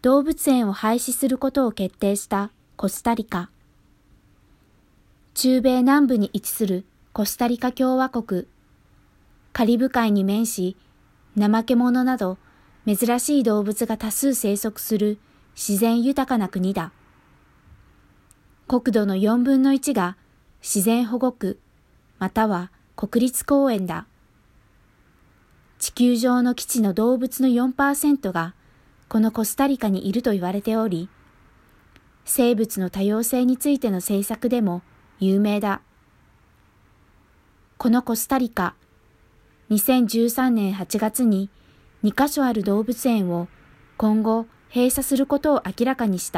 動物園を廃止することを決定したコスタリカ。中米南部に位置するコスタリカ共和国。カリブ海に面し、怠け者など珍しい動物が多数生息する自然豊かな国だ。国土の4分の1が自然保護区または国立公園だ。地球上の基地の動物の 4% がこのコスタリカにいると言われており、生物の多様性についての政策でも有名だ。このコスタリカ、2013年8月に2カ所ある動物園を今後閉鎖することを明らかにした。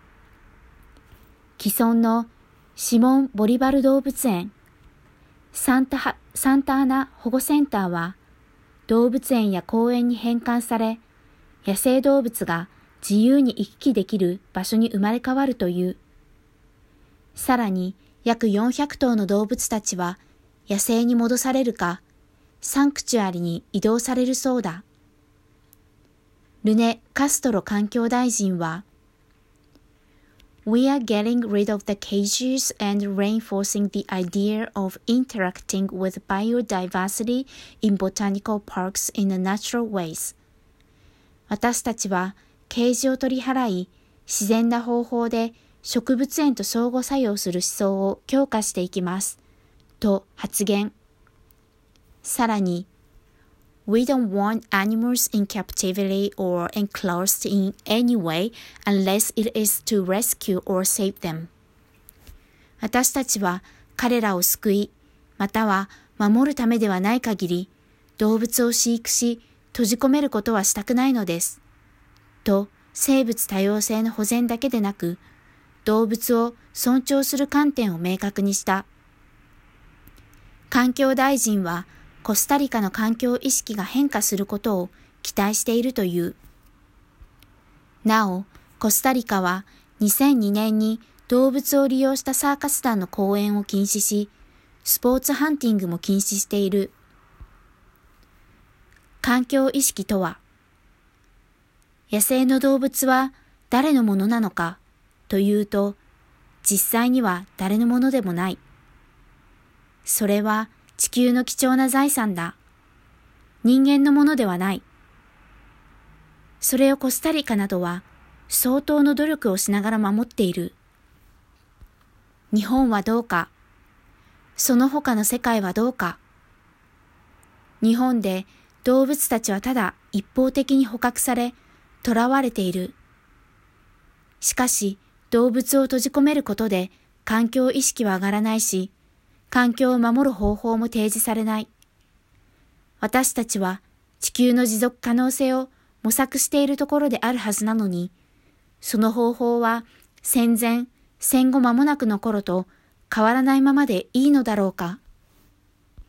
既存のシモン・ボリバル動物園、サンタアナ保護センターは動物園や公園に返還され、野生動物が自由に行き来できる場所に生まれ変わるという。さらに約400頭の動物たちは野生に戻されるか、サンクチュアリに移動されるそうだ。ルネ・カストロ環境大臣は、We are getting rid of the cages and reinforcing the idea of interacting with biodiversity in botanical parks in natural ways. 私たちはケージを取り払い、自然な方法で植物園と相互作用する思想を強化していきます。と発言。さらに、We don't want animals in captivity or enclosed in any way unless it is to rescue or save them. 私たちは彼らを救い、または守るためではない限り、動物を飼育し、閉じ込めることはしたくないのです。と、生物多様性の保全だけでなく、動物を尊重する観点を明確にした。環境大臣は、コスタリカの環境意識が変化することを期待しているという。なお、コスタリカは2002年に動物を利用したサーカス団の公演を禁止し、スポーツハンティングも禁止している。環境意識とは、野生の動物は誰のものなのかというと、実際には誰のものでもない。それは地球の貴重な財産だ。人間のものではない。それをコスタリカなどは相当の努力をしながら守っている。日本はどうか。その他の世界はどうか。日本で動物たちはただ一方的に捕獲され、囚われている。しかし、動物を閉じ込めることで環境意識は上がらないし、環境を守る方法も提示されない。私たちは地球の持続可能性を模索しているところであるはずなのに、その方法は戦前、戦後間もなくの頃と変わらないままでいいのだろうか。